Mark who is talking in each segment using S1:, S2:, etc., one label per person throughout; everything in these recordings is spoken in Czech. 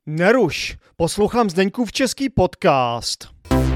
S1: Neruš, poslouchám Zdeňkův český podcast.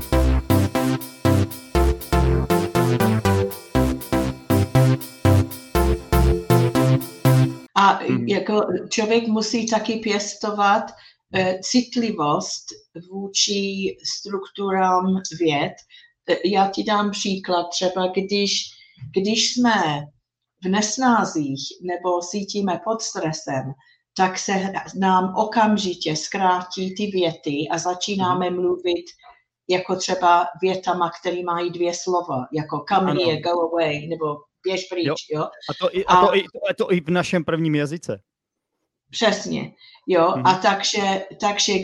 S2: A jako člověk musí taky pěstovat citlivost vůči strukturám věd. Já ti dám příklad, třeba když jsme v nesnázích nebo cítíme pod stresem, tak se nám okamžitě zkrátí ty věty a začínáme mluvit jako třeba větama, které mají 2 slova, jako come here, go away, nebo běž pryč, jo.
S1: A to i v našem prvním jazyce.
S2: Přesně, jo. A takže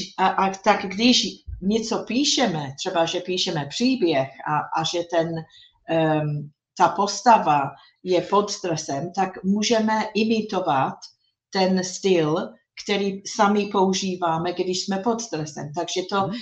S2: když něco píšeme, třeba že píšeme příběh a že ta postava je pod stresem, tak můžeme imitovat ten styl, který sami používáme, když jsme pod stresem. Takže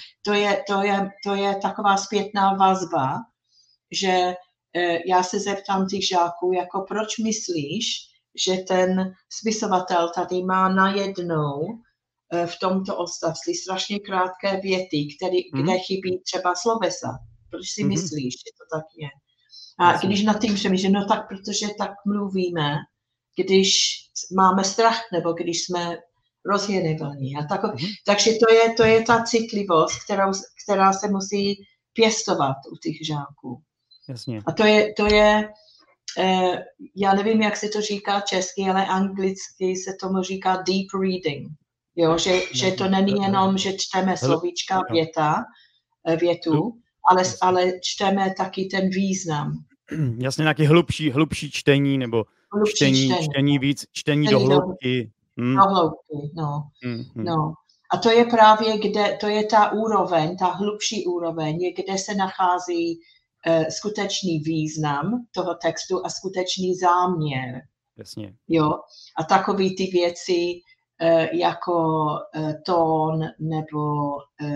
S2: to je taková zpětná vazba, že já se zeptám těch žáků, jako proč myslíš, že ten spisovatel tady má najednou v tomto odstavci strašně krátké věty, kde chybí třeba slovesa. Proč si myslíš, že to tak je? A když nad tím přemýšlím, no tak protože tak mluvíme, když máme strach nebo když jsme rozhněvaní. Takže to je ta citlivost, která se musí pěstovat u těch žáků.
S1: Jasně.
S2: A to je já nevím, jak se to říká česky, ale anglicky se tomu říká deep reading. Jo, že to není jenom, že čteme slovíčka větu, ale čteme taky ten význam.
S1: Jasně, nějaké hlubší čtení, nebo čtení do hloubky.
S2: Do hloubky, no. A to je právě, to je ta úroveň, ta hlubší úroveň, kde se nachází skutečný význam toho textu a skutečný záměr.
S1: Jasně.
S2: Jo? A takový ty věci jako tón nebo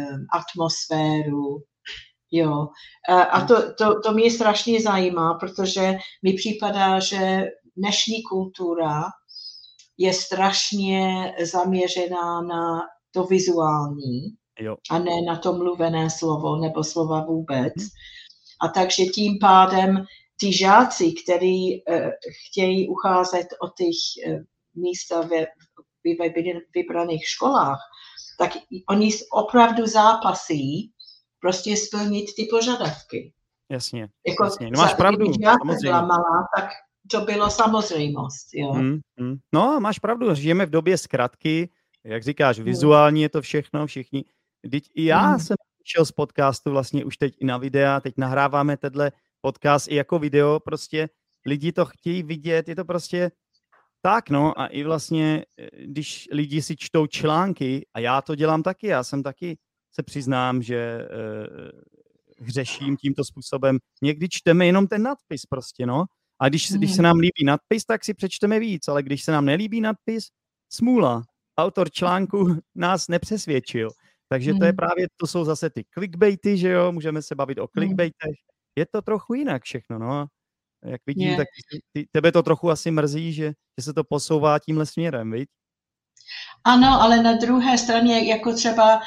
S2: atmosféru. Jo. A to mě strašně zajímá, protože mi připadá, že dnešní kultura je strašně zaměřená na to vizuální a ne na to mluvené slovo nebo slova vůbec. A takže tím pádem ty žáci, kteří chtějí ucházet o těch místa ve vybraných školách, tak oni opravdu zápasí prostě splnit ty požadavky.
S1: Jasně.
S2: No máš pravdu. Když já byla malá, tak to bylo samozřejmost. Jo?
S1: No, máš pravdu. Žijeme v době zkratky, jak říkáš, vizuální je to všechno, všichni. Vždyť i já jsem šel z podcastu vlastně už teď i na videa, teď nahráváme tenhle podcast i jako video, prostě lidi to chtějí vidět, je to prostě tak, no, a i vlastně, když lidi si čtou články, a já to dělám taky, já jsem taky, se přiznám, že hřeším tímto způsobem, někdy čteme jenom ten nadpis prostě, no, a když se nám líbí nadpis, tak si přečteme víc, ale když se nám nelíbí nadpis, smůla, autor článku nás nepřesvědčil. Takže to je právě, to jsou zase ty clickbaity, že jo, můžeme se bavit o clickbaitech. Je to trochu jinak všechno, no. Jak vidím, tak tebe to trochu asi mrzí, že se to posouvá tímhle směrem, viď?
S2: Ano, ale na druhé straně, jako třeba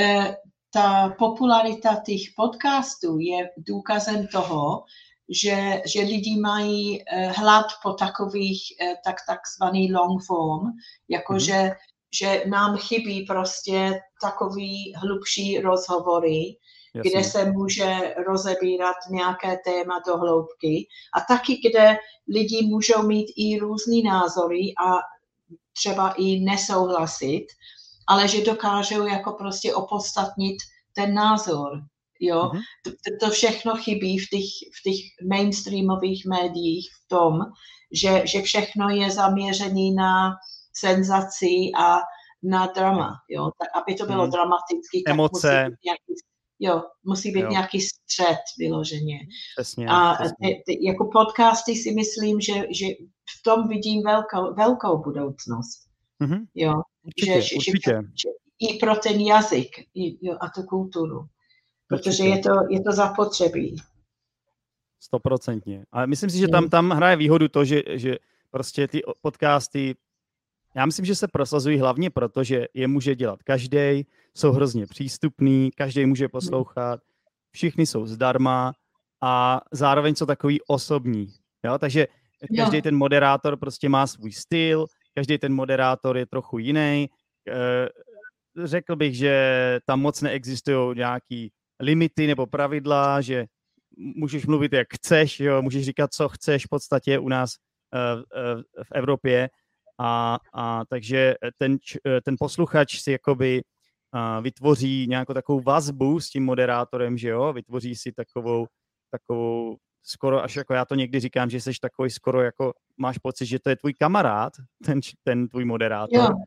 S2: ta popularita těch podcastů je důkazem toho, že lidi mají hlad po takových takzvaný long form, jakože že nám chybí prostě takový hlubší rozhovory, kde se může rozebírat nějaké téma do hloubky a taky, kde lidi můžou mít i různý názory a třeba i nesouhlasit, ale že dokážou jako prostě opodstatnit ten názor. Jo? To všechno chybí v těch mainstreamových médiích v tom, že všechno je zaměřené na senzaci a na drama, jo, tak aby to bylo dramaticky, tak
S1: emoce.
S2: Musí být nějaký střed vyloženě.
S1: Přesně.
S2: Jako podcasty si myslím, že v tom vidím velkou budoucnost. Jo,
S1: určitě.
S2: Že i pro ten jazyk a tu kulturu, protože je to zapotřebí.
S1: 100%. Ale myslím si, že tam hraje výhodu to, že prostě ty podcasty Já myslím, že se prosazují hlavně proto, že je může dělat každý, jsou hrozně přístupný, každý může poslouchat, všichni jsou zdarma a zároveň jsou takový osobní. Jo? Takže každý ten moderátor prostě má svůj styl, každý ten moderátor je trochu jiný. Řekl bych, že tam moc neexistují nějaký limity nebo pravidla, že můžeš mluvit, jak chceš, jo? Můžeš říkat, co chceš v podstatě u nás v Evropě. A takže ten posluchač si jakoby vytvoří nějakou takovou vazbu s tím moderátorem, že jo? Vytvoří si takovou skoro až jako já to někdy říkám, že jsi takový skoro jako máš pocit, že to je tvůj kamarád, ten tvůj moderátor. Jo.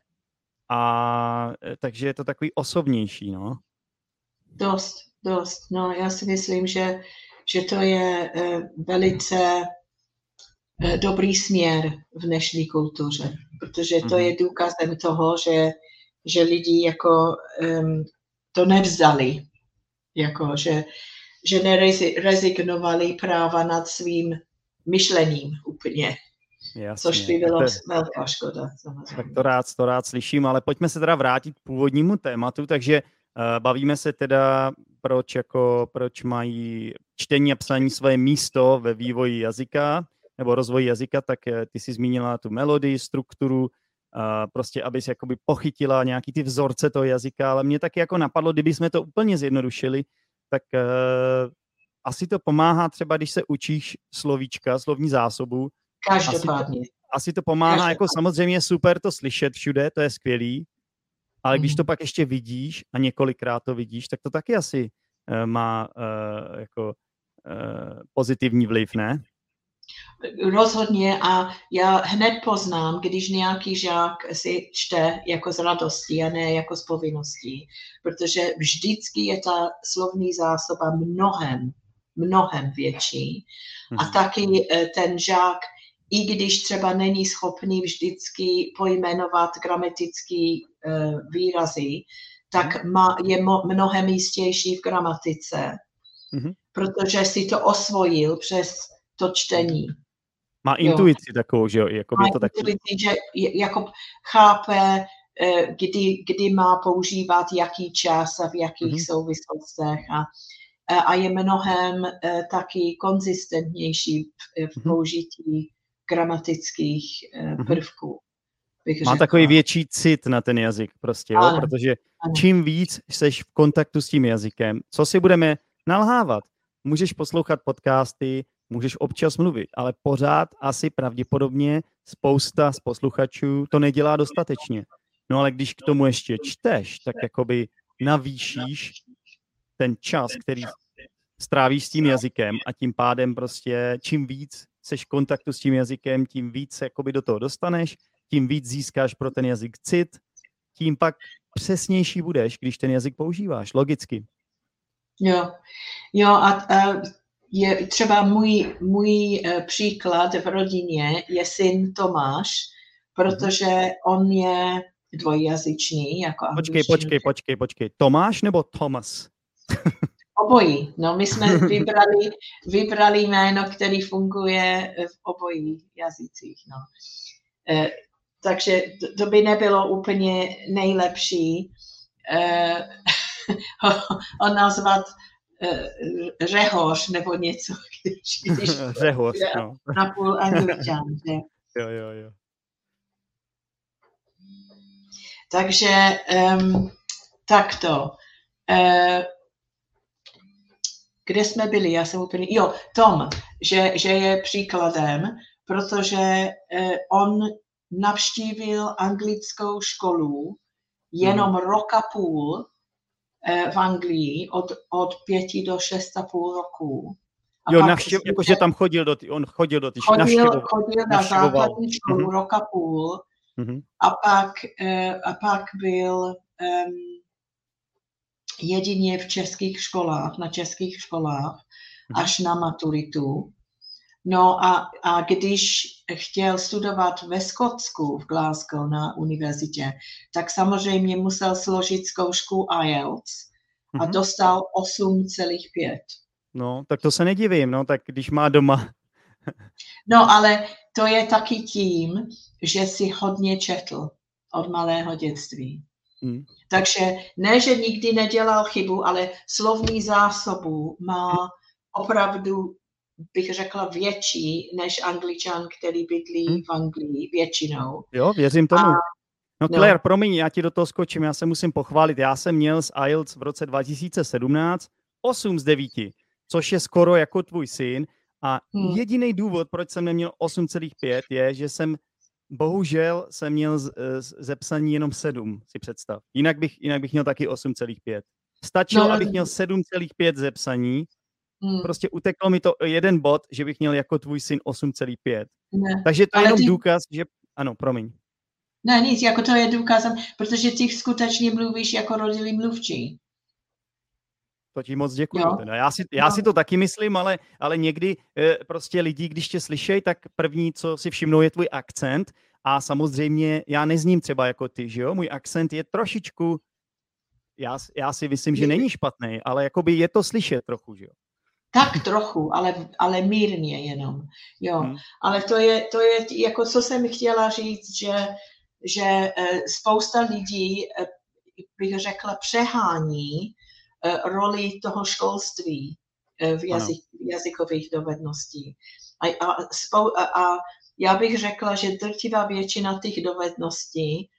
S1: A takže je to takový osobnější, no.
S2: Dost. No, já si myslím, že to je velice dobrý směr v dnešní kultuře, protože to je důkazem toho, že lidi jako to nevzali, jako že nerezignovali práva nad svým myšlením úplně. Jasně. Což by bylo velká škoda. Samozřejmě.
S1: Tak to rád slyším, ale pojďme se teda vrátit k původnímu tématu, takže bavíme se teda, proč mají čtení a psaní svoje místo ve vývoji jazyka nebo rozvoji jazyka, tak ty jsi zmínila tu melodii, strukturu, prostě abys jakoby pochytila nějaký ty vzorce toho jazyka, ale mě taky jako napadlo, kdyby jsme to úplně zjednodušili, tak asi to pomáhá třeba, když se učíš slovíčka, slovní zásobu.
S2: Každopádně.
S1: Asi to pomáhá, jako samozřejmě super to slyšet všude, to je skvělý, ale když to pak ještě vidíš a několikrát to vidíš, tak to taky asi má jako pozitivní vliv, ne?
S2: Rozhodně a já hned poznám, když nějaký žák si čte jako z radosti a ne jako z povinností, protože vždycky je ta slovní zásoba mnohem větší a taky ten žák, i když třeba není schopný vždycky pojmenovat gramatický výrazy, tak je mnohem jistější v gramatice, protože si to osvojil přes to čtení.
S1: Má intuici takovou, že jo?
S2: Má intuici, že jako chápe, kdy má používat jaký čas a v jakých souvislostech a je mnohem taky konzistentnější v použití gramatických prvků.
S1: Má takový větší cit na ten jazyk prostě, jo? Protože čím víc seš v kontaktu s tím jazykem, co si budeme nalhávat? Můžeš poslouchat podcasty, můžeš občas mluvit, ale pořád asi pravděpodobně spousta z posluchačů to nedělá dostatečně. No ale když k tomu ještě čteš, tak jakoby navýšíš ten čas, který strávíš s tím jazykem a tím pádem prostě čím víc seš v kontaktu s tím jazykem, tím víc jakoby do toho dostaneš, tím víc získáš pro ten jazyk cit, tím přesnější budeš, když ten jazyk používáš, logicky.
S2: Jo a je třeba můj příklad v rodině je syn Tomáš, protože on je dvojjazyčný. Jako
S1: Počkej. Tomáš nebo Thomas?
S2: Obojí. No, my jsme vybrali jméno, který funguje v obojích jazycích. No. Takže to by nebylo úplně nejlepší ho nazvat Řehoř nebo něco, když
S1: Řehoř, no.
S2: Napůl Angličan.
S1: Jo.
S2: Takže takto. Kde jsme byli? Já jsem úplně... Tom, že je příkladem, protože on navštívil anglickou školu jenom rok a půl v Anglii od 5 do 6,5 roku.
S1: Jakože tam chodil on chodil do ty
S2: Chodil na základní školu rok a půl a pak byl jedině v českých školách, na českých školách, až na maturitu. No a když chtěl studovat ve Skotsku, v Glasgow na univerzitě, tak samozřejmě musel složit zkoušku IELTS a dostal 8,5.
S1: No, tak to se nedivím, no, tak když má doma...
S2: No, ale to je taky tím, že si hodně četl. od malého dětství. Takže ne, že nikdy nedělal chybu, ale slovní zásobu má opravdu, bych řekla, větší než Angličan, který bydlí v Anglii většinou.
S1: Jo, věřím tomu. No Claire, promiň, já ti do toho skočím, já se musím pochválit. Já jsem měl z IELTS v roce 2017 8 z 9, což je skoro jako tvůj syn. A jediný důvod, proč jsem neměl 8,5, je, že jsem bohužel jsem měl ze psaní jenom 7, si představ. Jinak bych měl taky 8,5. Stačilo, abych měl 7,5 ze psaní. Prostě uteklo mi to jeden bod, že bych měl jako tvůj syn 8,5. Takže to je jenom důkaz, že... Ano, promiň.
S2: Ne, nic, jako to je důkazem, protože ty skutečně mluvíš jako rodilý mluvčí.
S1: To ti moc děkuju. No, já si to taky myslím, ale někdy prostě lidi, když tě slyšejí, tak první, co si všimnou, je tvůj akcent. A samozřejmě já nezním třeba jako ty, že jo? Můj akcent je trošičku, já si myslím, že není špatný, ale jakoby je to slyšet trochu, že jo?
S2: Tak trochu, ale mírně jenom. Jo. Ale to je jako co jsem chtěla říct, že spousta lidí, bych řekla, přehání roli toho školství v jazykových dovedností. A já bych řekla, že drtivá většina těch dovedností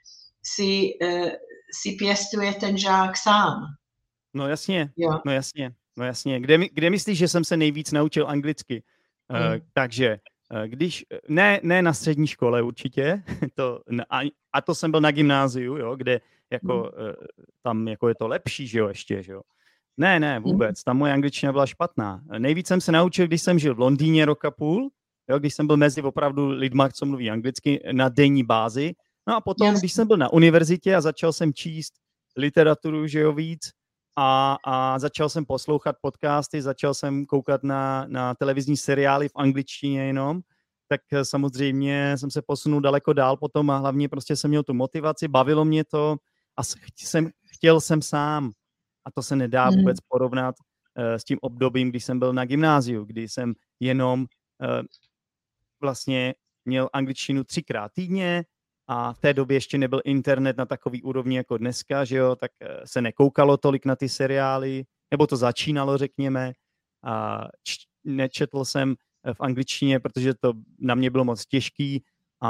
S2: si pěstuje ten žák sám.
S1: No jasně. Kde myslíš, že jsem se nejvíc naučil anglicky? Takže když, ne na střední škole určitě, a to jsem byl na gymnáziu, jo, kde jako, tam jako je to lepší, že jo, ještě, že jo. Ne, vůbec, tam moje angličtina byla špatná. Nejvíc jsem se naučil, když jsem žil v Londýně rok a půl, jo, když jsem byl mezi opravdu lidma, co mluví anglicky, na denní bázi. No a potom, když jsem byl na univerzitě a začal jsem číst literaturu, že jo, víc, a začal jsem poslouchat podcasty, začal jsem koukat na televizní seriály v angličtině jenom, tak samozřejmě jsem se posunul daleko dál potom a hlavně prostě jsem měl tu motivaci, bavilo mě to a chtěl jsem sám. A to se nedá vůbec porovnat s tím obdobím, když jsem byl na gymnáziu, kdy jsem jenom vlastně měl angličtinu 3krát týdně a v té době ještě nebyl internet na takový úrovni jako dneska, že jo, tak se nekoukalo tolik na ty seriály, nebo to začínalo, řekněme. A nečetl jsem v angličtině, protože to na mě bylo moc těžký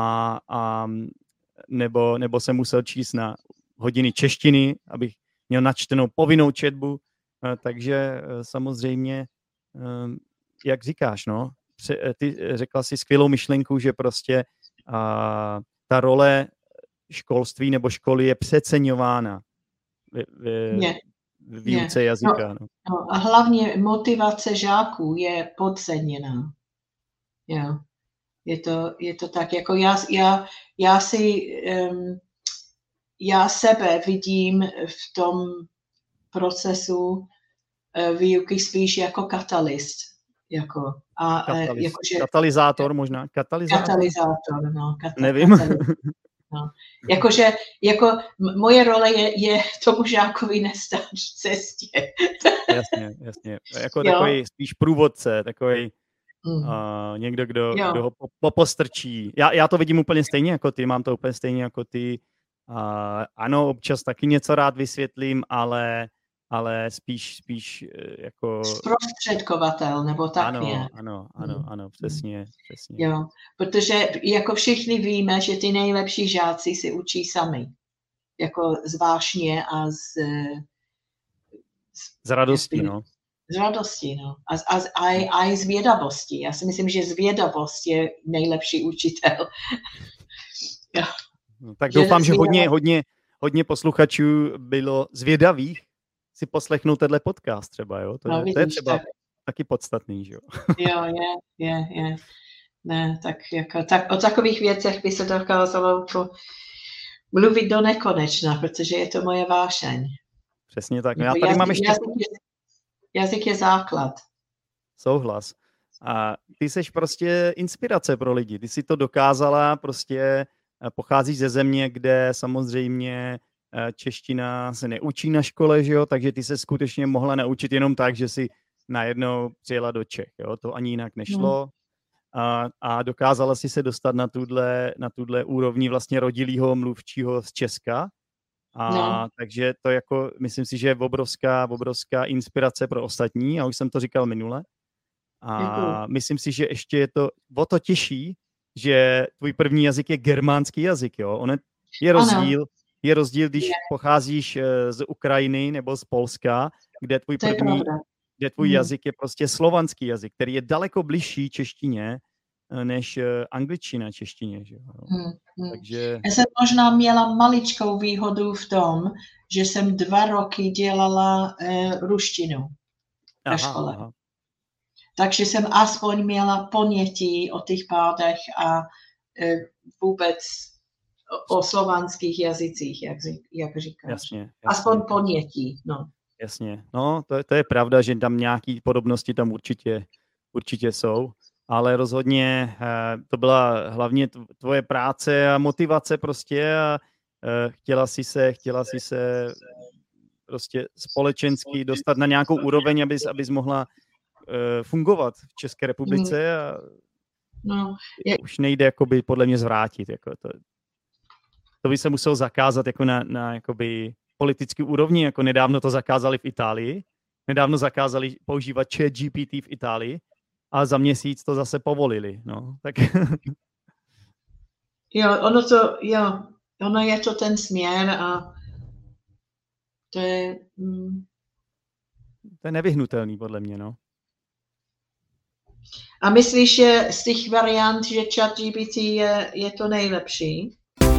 S1: nebo jsem musel číst na hodiny češtiny, abych měl načtenou povinnou četbu, takže samozřejmě, jak říkáš, no, ty řekla si skvělou myšlenku, že prostě ta role školství nebo školy je přeceňována v výuce jazyka.
S2: No, a hlavně motivace žáků je podceněná. Jo. Je to tak, jako já sebe vidím v tom procesu výuky spíš jako katalyst.
S1: Katalyzátor možná?
S2: Katalyzátor, no.
S1: Nevím.
S2: No. Jako moje role je tomu žákovi nestát v cestě.
S1: Jasně. Jako takový spíš průvodce, takový někdo, kdo ho popostrčí. Já to vidím úplně stejně jako ty, mám to úplně stejně jako ty. Ano, občas taky něco rád vysvětlím, ale spíš jako...
S2: Zprostředkovatel, nebo tak nějak.
S1: Ano, přesně.
S2: Jo, protože jako všichni víme, že ty nejlepší žáci si učí sami. Jako z vášně a
S1: z radosti, no.
S2: Z radosti, no. A i zvědavosti. Já si myslím, že zvědavost je nejlepší učitel. Jo.
S1: No, tak doufám, že hodně posluchačů bylo zvědavých si poslechnout tenhle podcast třeba, jo? To je třeba taky podstatný, že jo?
S2: Jo, je. Ne, tak o takových věcech by se dokázalo mluvit do nekonečna, protože je to moje vášeň.
S1: Přesně tak. No, já tady mám ještě...
S2: Jazyk je základ.
S1: Souhlas. A ty seš prostě inspirace pro lidi. Ty si to dokázala, prostě pocházíš ze země, kde samozřejmě čeština se neučí na škole, že jo? Takže ty se skutečně mohla naučit jenom tak, že si najednou přijela do Čech. Jo? To ani jinak nešlo. a dokázala si se dostat na tuhle úrovni vlastně rodilýho mluvčího z Česka. Takže to jako, myslím si, že je obrovská inspirace pro ostatní, a už jsem to říkal minule. A myslím si, že ještě je to o to těžší, že tvůj první jazyk je germánský jazyk, jo? Je rozdíl, když pocházíš z Ukrajiny nebo z Polska, kde tvůj jazyk je prostě slovanský jazyk, který je daleko bližší češtině než angličtina češtině. Že? Takže...
S2: Já jsem možná měla maličkou výhodu v tom, že jsem 2 roky dělala ruštinu ve škole. Aha. Takže jsem aspoň měla ponětí o těch pádech a vůbec o slovanských jazycích, jak říkáš.
S1: Jasně.
S2: Aspoň ponětí, no.
S1: Jasně, no to je pravda, že tam nějaké podobnosti tam určitě jsou, ale rozhodně to byla hlavně tvoje práce a motivace prostě a chtěla si se prostě společensky dostat na nějakou úroveň, abys mohla fungovat v České republice a už nejde jakoby podle mě zvrátit. Jako to by se muselo zakázat jako na jakoby politické úrovni, jako nedávno to zakázali v Itálii. Nedávno zakázali používat ChatGPT v Itálii a za měsíc to zase povolili. No, tak...
S2: ono je to ten směr a to je...
S1: To je nevyhnutelný podle mě, no.
S2: A myslíš, že z těch variant, že ChatGPT je to nejlepší?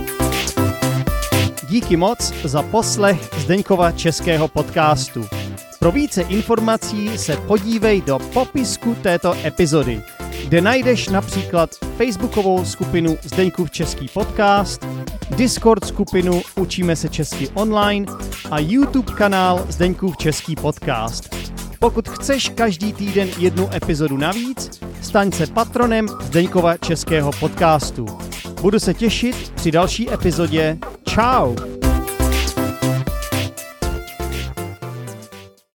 S3: Díky moc za poslech Zdeňkova českého podcastu. Pro více informací se podívej do popisku této epizody, kde najdeš například facebookovou skupinu Zdeňkův český podcast, Discord skupinu Učíme se česky online a YouTube kanál Zdeňkův český podcast. Pokud chceš každý týden 1 epizodu navíc, staň se patronem Zdeňkova českého podcastu. Budu se těšit při další epizodě. Čau!